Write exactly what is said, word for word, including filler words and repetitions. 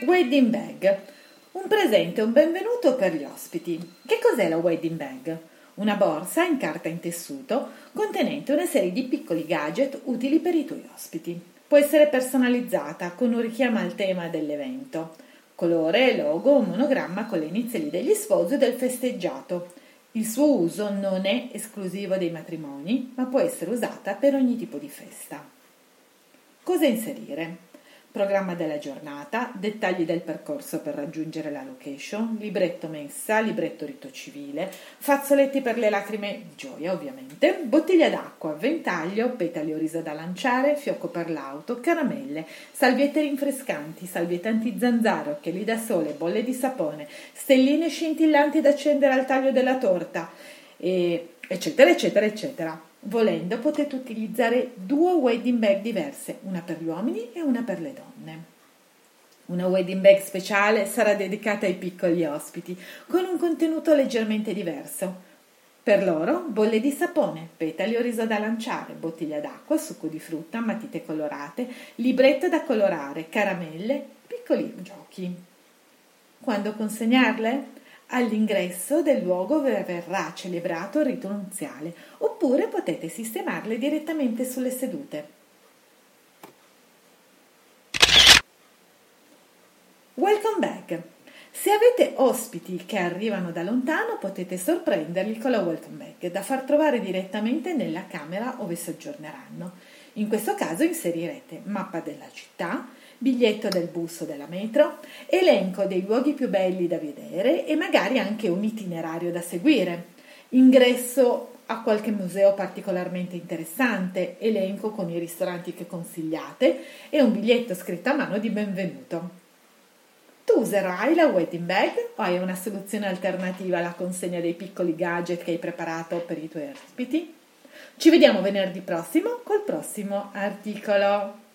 wedding bag. Un presente, un benvenuto per gli ospiti. Che cos'è la wedding bag? Una borsa in carta in tessuto contenente una serie di piccoli gadget utili per i tuoi ospiti. Può essere personalizzata con un richiamo al tema dell'evento, colore, logo o monogramma con le iniziali degli sposi o del festeggiato. Il suo uso non è esclusivo dei matrimoni, ma può essere usata per ogni tipo di festa. Cosa inserire? Programma della giornata, dettagli del percorso per raggiungere la location, libretto messa, libretto rito civile, fazzoletti per le lacrime di gioia ovviamente, bottiglia d'acqua, ventaglio, petali o riso da lanciare, fiocco per l'auto, caramelle, salviette rinfrescanti, salviette anti-zanzaro, occhiali da sole, bolle di sapone, stelline scintillanti da accendere al taglio della torta, e eccetera eccetera eccetera. Volendo potete utilizzare due wedding bag diverse, una per gli uomini e una per le donne. Una wedding bag speciale sarà dedicata ai piccoli ospiti, con un contenuto leggermente diverso. Per loro bolle di sapone, petali o riso da lanciare, bottiglia d'acqua, succo di frutta, matite colorate, libretto da colorare, caramelle, piccoli giochi. Quando consegnarle? All'ingresso del luogo dove verrà celebrato il rito nuziale, oppure potete sistemarle direttamente sulle sedute. Welcome back! Se avete ospiti che arrivano da lontano, potete sorprenderli con la welcome bag da far trovare direttamente nella camera dove soggiorneranno. In questo caso inserirete mappa della città, biglietto del bus o della metro, elenco dei luoghi più belli da vedere e magari anche un itinerario da seguire, ingresso a qualche museo particolarmente interessante, elenco con i ristoranti che consigliate e un biglietto scritto a mano di benvenuto. Tu userai la wedding bag o hai una soluzione alternativa alla consegna dei piccoli gadget che hai preparato per i tuoi ospiti? Ci vediamo venerdì prossimo col prossimo articolo.